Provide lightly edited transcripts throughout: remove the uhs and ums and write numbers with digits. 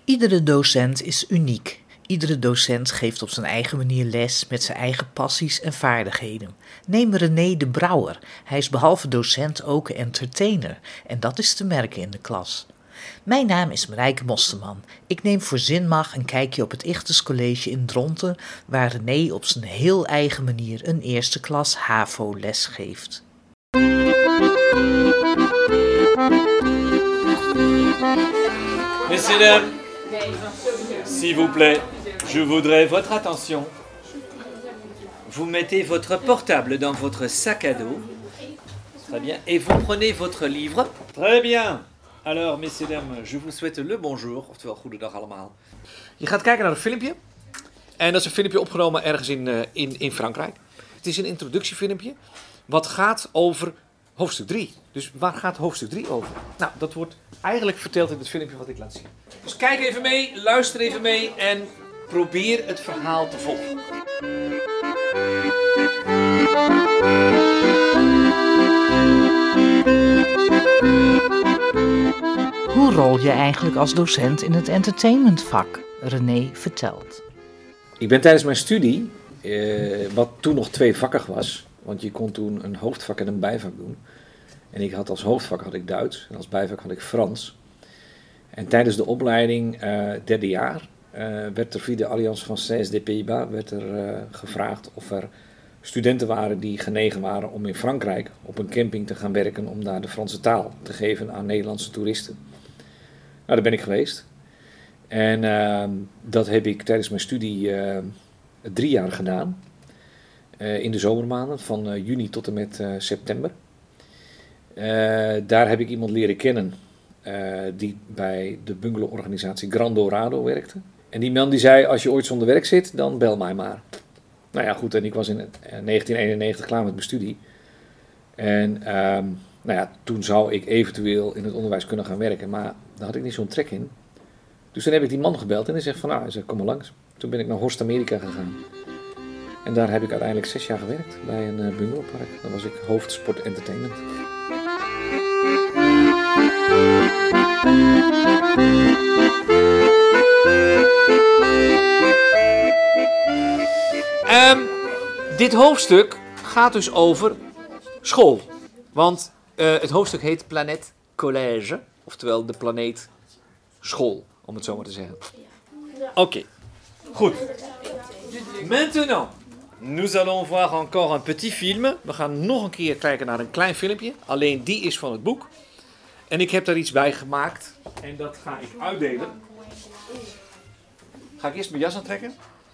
Iedere docent is uniek. Iedere docent geeft op zijn eigen manier les met zijn eigen passies en vaardigheden. Neem René de Brouwer. Hij is behalve docent ook entertainer en dat is te merken in de klas. Mijn naam is Marijke Mosterman. Ik neem voor Zinmag een kijkje op het Ichthus College in Dronten, waar René op zijn heel eigen manier een eerste klas HAVO les geeft. Messieurs, s'il vous plaît, je voudrais votre attention. Vous mettez votre portable dans votre sac à dos. Très bien. Et vous prenez votre livre. Très bien. Alors, messieurs, dames, je vous souhaite le bonjour. Oftewel, goedendag allemaal. Je gaat kijken naar een filmpje. En dat is een filmpje opgenomen ergens in Frankrijk. Het is een introductiefilmpje. Wat gaat over hoofdstuk 3. Dus waar gaat hoofdstuk 3 over? Nou, dat wordt eigenlijk verteld in het filmpje wat ik laat zien. Dus kijk even mee, luister even mee en probeer het verhaal te volgen. Hoe rol je eigenlijk als docent in het entertainmentvak? René vertelt. Ik ben tijdens mijn studie, wat toen nog tweevakkig was, want je kon toen een hoofdvak en een bijvak doen. En ik had als hoofdvak had ik Duits en als bijvak had ik Frans. En tijdens de opleiding, derde jaar, werd er via de Alliance Française des Pays-Bas gevraagd of er studenten waren die genegen waren om in Frankrijk op een camping te gaan werken om daar de Franse taal te geven aan Nederlandse toeristen. Nou, daar ben ik geweest. En dat heb ik tijdens mijn studie 3 jaar gedaan. In de zomermaanden, van juni tot en met september. Daar heb ik iemand leren kennen die bij de bungaloworganisatie Grand Dorado werkte. En die man die zei, als je ooit zonder werk zit, dan bel mij maar. Nou ja, goed, en ik was in 1991 klaar met mijn studie. En nou ja, toen zou ik eventueel in het onderwijs kunnen gaan werken, maar daar had ik niet zo'n trek in. Dus toen heb ik die man gebeld en hij zegt van, nou, hij zegt, kom maar langs. Toen ben ik naar Horst Amerika gegaan. En daar heb ik uiteindelijk 6 jaar gewerkt bij een bungalowpark. Dan was ik hoofd sport entertainment. Dit hoofdstuk gaat dus over school. Want het hoofdstuk heet Planet Collège. Oftewel de planeet school, om het zo maar te zeggen. Oké, goed. Maintenant, nous allons voir encore un petit film. We gaan nog een keer kijken naar een klein filmpje. Alleen die is van het boek. En ik heb daar iets bij gemaakt. En dat ga ik uitdelen. Ga ik eerst mijn jas aantrekken?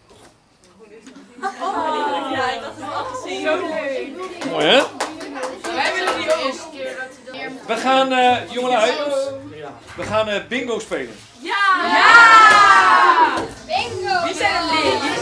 Oh, ja, ik had het al gezien. Zo leuk. Mooi, hè? Wij willen die ook. We gaan, jongelui, we gaan bingo spelen. Ja! Ja! Bingo! Wie zijn er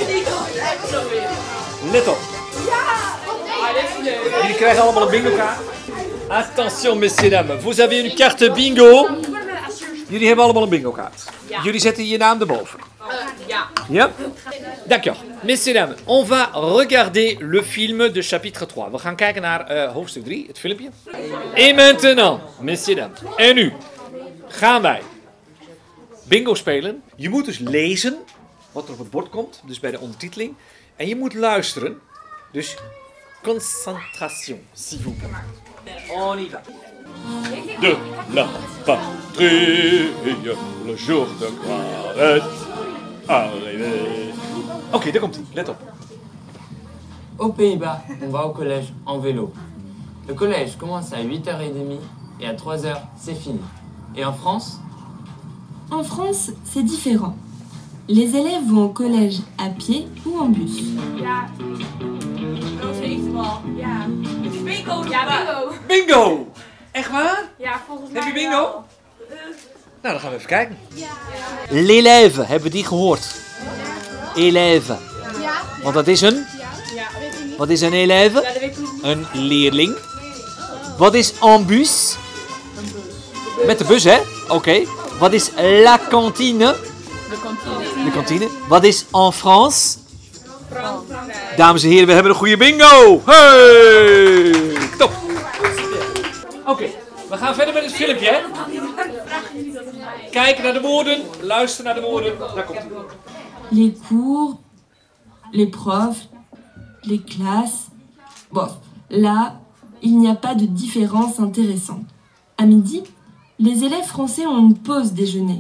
Let op. Ja! Dit is leuk. Jullie krijgen allemaal een bingo kaart. Attention, messieurs, dames. Vous avez une carte bingo. Jullie hebben allemaal een bingo kaart. Jullie zetten je naam erboven. Ja. Ja? D'accord. Messieurs, dames, on va regarder le film de chapitre 3. We gaan kijken naar hoofdstuk 3, het filmpje. Et maintenant, messieurs, dames. En nu gaan wij bingo spelen. Je moet dus lezen wat er op het bord komt, dus bij de ondertiteling. En je moet luisteren. Dus concentration, s'il vous plaît. On y va. De la patrie, le jour de gloire est arrivé. Oké, daar komt hij. Let op. Aux Pays-Bas, on va au collège en vélo. Le collège commence à 8h30 et à 3h, c'est fini. Et en France? En France, c'est différent. Les élèves vont au collège à pied ou en bus. Ja. Dat is helemaal. Ja. Bingo. Ja, bingo. Bingo! Echt waar? Ja, volgens mij. Heb je bingo? wel. Nou, dan gaan we even kijken. L'élève, hebben we die gehoord? Élève. Want dat is een? Ja, weet ik niet. Wat is een élève? Ja, dat weet ik niet. Een leerling. Wat is en bus? Met de bus, hè? Oké. Wat is la cantine? De kantine. Wat is en France? Dames en heren, we hebben een goede bingo! Hey! Top! Oké, we gaan verder met het filmpje, hè? Vraag jullie dat aan mij? Kijk naar de woorden, luister naar de woorden. Daar komt hij. Les cours, les profs, les classes. Bon, là, il n'y a pas de différence intéressante. À midi, les élèves français ont une pause déjeuner.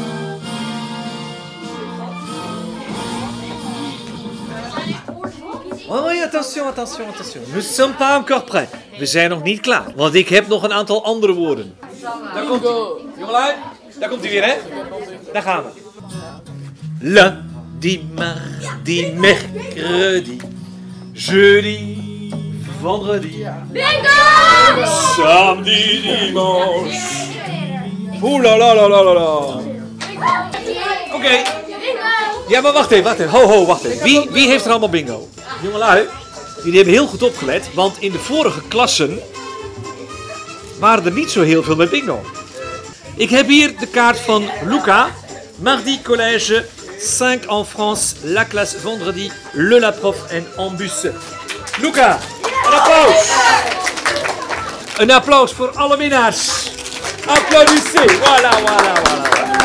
Oh, attention. Nous ne sommes pas encore prêts. We zijn nog niet klaar, want ik heb nog een aantal andere woorden. Daar komt hij. Jongelui, daar komt hij weer, hè? Daar gaan we. Lundi, mardi, mercredi, jeudi, vendredi. Bingo! Samedi, dimanche. Oeh la la la la la la. Oké. Ja, maar wacht even. Ho, wacht even. Wie heeft er allemaal bingo? Jongelui, jullie hebben heel goed opgelet, want in de vorige klassen waren er niet zo heel veel met bingo. Ik heb hier de kaart van Luca. Mardi collège, 5 en France, la classe vendredi, le la prof en en bus. Luca, een applaus. Een applaus voor alle winnaars. Applaudissez. Voilà.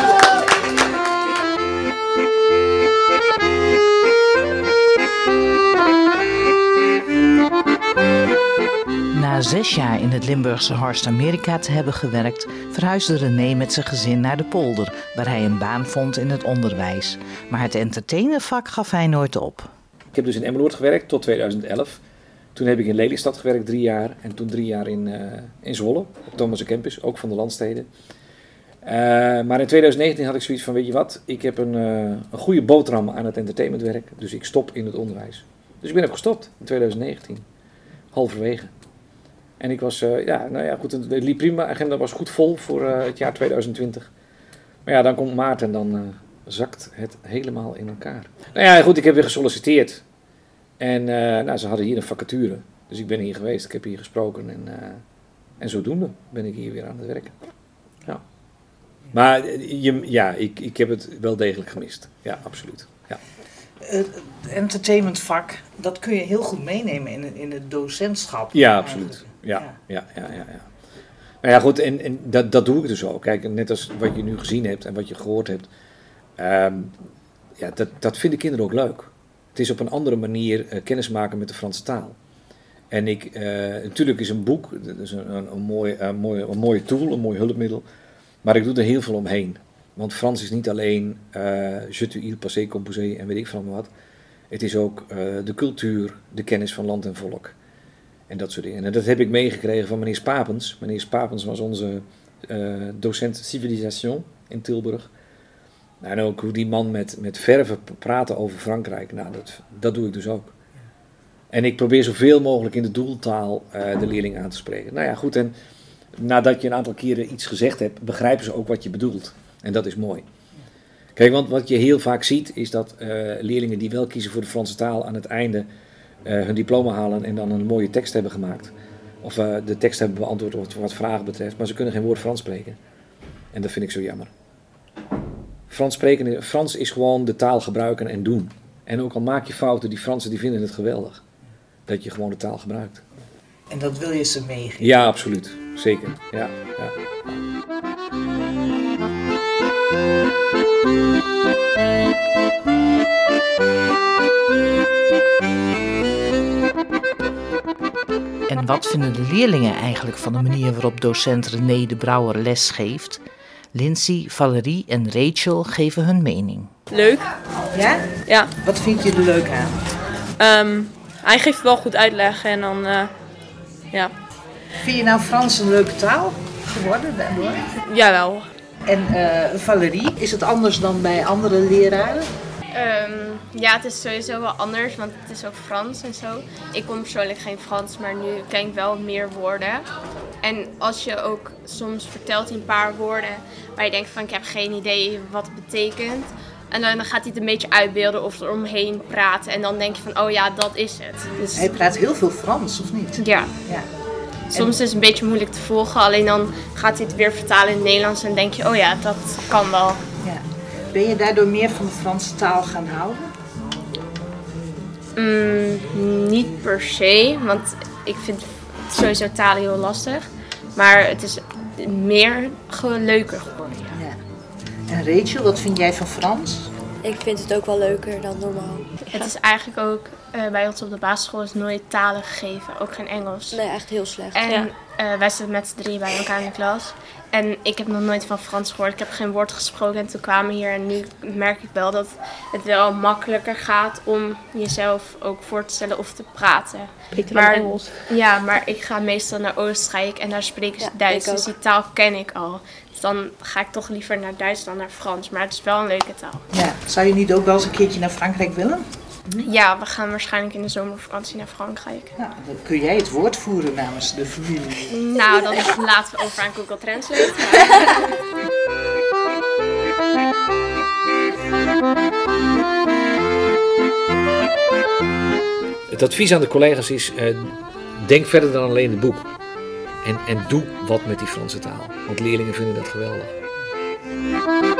Na 6 jaar in het Limburgse Horst Amerika te hebben gewerkt, verhuisde René met zijn gezin naar de polder, waar hij een baan vond in het onderwijs. Maar het entertainervak gaf hij nooit op. Ik heb dus in Emmeloord gewerkt tot 2011. Toen heb ik in Lelystad gewerkt 3 jaar en toen 3 jaar in Zwolle, op Thomas Campus, ook van de Landsteden. Maar in 2019 had ik zoiets van, weet je wat, ik heb een goede boterham aan het entertainmentwerk, dus ik stop in het onderwijs. Dus ik ben ook gestopt in 2019, halverwege. En ik was, goed, het liep prima, de agenda was goed vol voor het jaar 2020. Maar ja, dan komt maart en dan zakt het helemaal in elkaar. Nou ja, goed, ik heb weer gesolliciteerd. En ze hadden hier een vacature. Dus ik ben hier geweest, ik heb hier gesproken en zodoende ben ik hier weer aan het werken. Ja. Maar ik heb het wel degelijk gemist. Ja, absoluut. Ja. Het entertainmentvak, dat kun je heel goed meenemen in het docentschap. Ja, absoluut. Ja. Nou ja, goed, en dat doe ik dus ook. Kijk, net als wat je nu gezien hebt en wat je gehoord hebt. Dat vinden kinderen ook leuk. Het is op een andere manier kennismaken met de Franse taal. En natuurlijk is een boek dat is een mooie tool, een mooi hulpmiddel. Maar ik doe er heel veel omheen. Want Frans is niet alleen je tu il passé composé en weet ik van wat. Het is ook de cultuur, de kennis van land en volk. En dat soort dingen. En dat heb ik meegekregen van meneer Spapens. Meneer Spapens was onze docent civilisation in Tilburg. En ook hoe die man met verve praten over Frankrijk. Nou, dat doe ik dus ook. En ik probeer zoveel mogelijk in de doeltaal de leerling aan te spreken. Nou ja, goed. En nadat je een aantal keren iets gezegd hebt, begrijpen ze ook wat je bedoelt. En dat is mooi. Kijk, want wat je heel vaak ziet, is dat leerlingen die wel kiezen voor de Franse taal aan het einde hun diploma halen en dan een mooie tekst hebben gemaakt. Of de tekst hebben beantwoord wat vragen betreft, maar ze kunnen geen woord Frans spreken. En dat vind ik zo jammer. Frans is gewoon de taal gebruiken en doen. En ook al maak je fouten, die Fransen die vinden het geweldig. Dat je gewoon de taal gebruikt. En dat wil je ze meegeven? Ja, absoluut. Zeker. Ja. En wat vinden de leerlingen eigenlijk van de manier waarop docent René de Brouwer les geeft? Lindsay, Valerie en Rachel geven hun mening. Leuk. Ja? Ja. Wat vind je er leuk aan? Hij geeft wel goed uitleg en dan, ja. Vind je nou Frans een leuke taal geworden daardoor? Jawel. En Valerie, is het anders dan bij andere leraren? Ja, het is sowieso wel anders, want het is ook Frans en zo. Ik kon persoonlijk geen Frans, maar nu ken ik wel meer woorden. En als je ook soms vertelt een paar woorden waar je denkt van ik heb geen idee wat het betekent. En dan gaat hij het een beetje uitbeelden of eromheen praten. En dan denk je van oh ja, dat is het. Dus, Hij praat heel veel Frans, of niet? ja. Soms is het een beetje moeilijk te volgen, alleen dan gaat hij het weer vertalen in het Nederlands en denk je oh ja, dat kan wel. Ja. Ben je daardoor meer van de Franse taal gaan houden? Niet per se, want ik vind sowieso talen heel lastig. Maar het is meer leuker geworden. Ja. En Rachel, wat vind jij van Frans? Ik vind het ook wel leuker dan normaal. Het is eigenlijk ook, bij ons op de basisschool is nooit talen gegeven, ook geen Engels. Nee, echt heel slecht. En wij zitten met z'n 3 bij elkaar in de klas. En ik heb nog nooit van Frans gehoord. Ik heb geen woord gesproken en toen kwamen we hier. En nu merk ik wel dat het wel makkelijker gaat om jezelf ook voor te stellen of te praten. Beter dan Engels. Ja, maar ik ga meestal naar Oostenrijk en daar spreken ze Duits. Dus die taal ken ik al. Dus dan ga ik toch liever naar Duits dan naar Frans. Maar het is wel een leuke taal. Ja, zou je niet ook wel eens een keertje naar Frankrijk willen? Ja, we gaan waarschijnlijk in de zomervakantie naar Frankrijk. Nou, dan kun jij het woord voeren namens de familie. Nou, dan laten we over aan Google Translate. Het advies aan de collega's is, denk verder dan alleen het boek. En doe wat met die Franse taal. Want leerlingen vinden dat geweldig.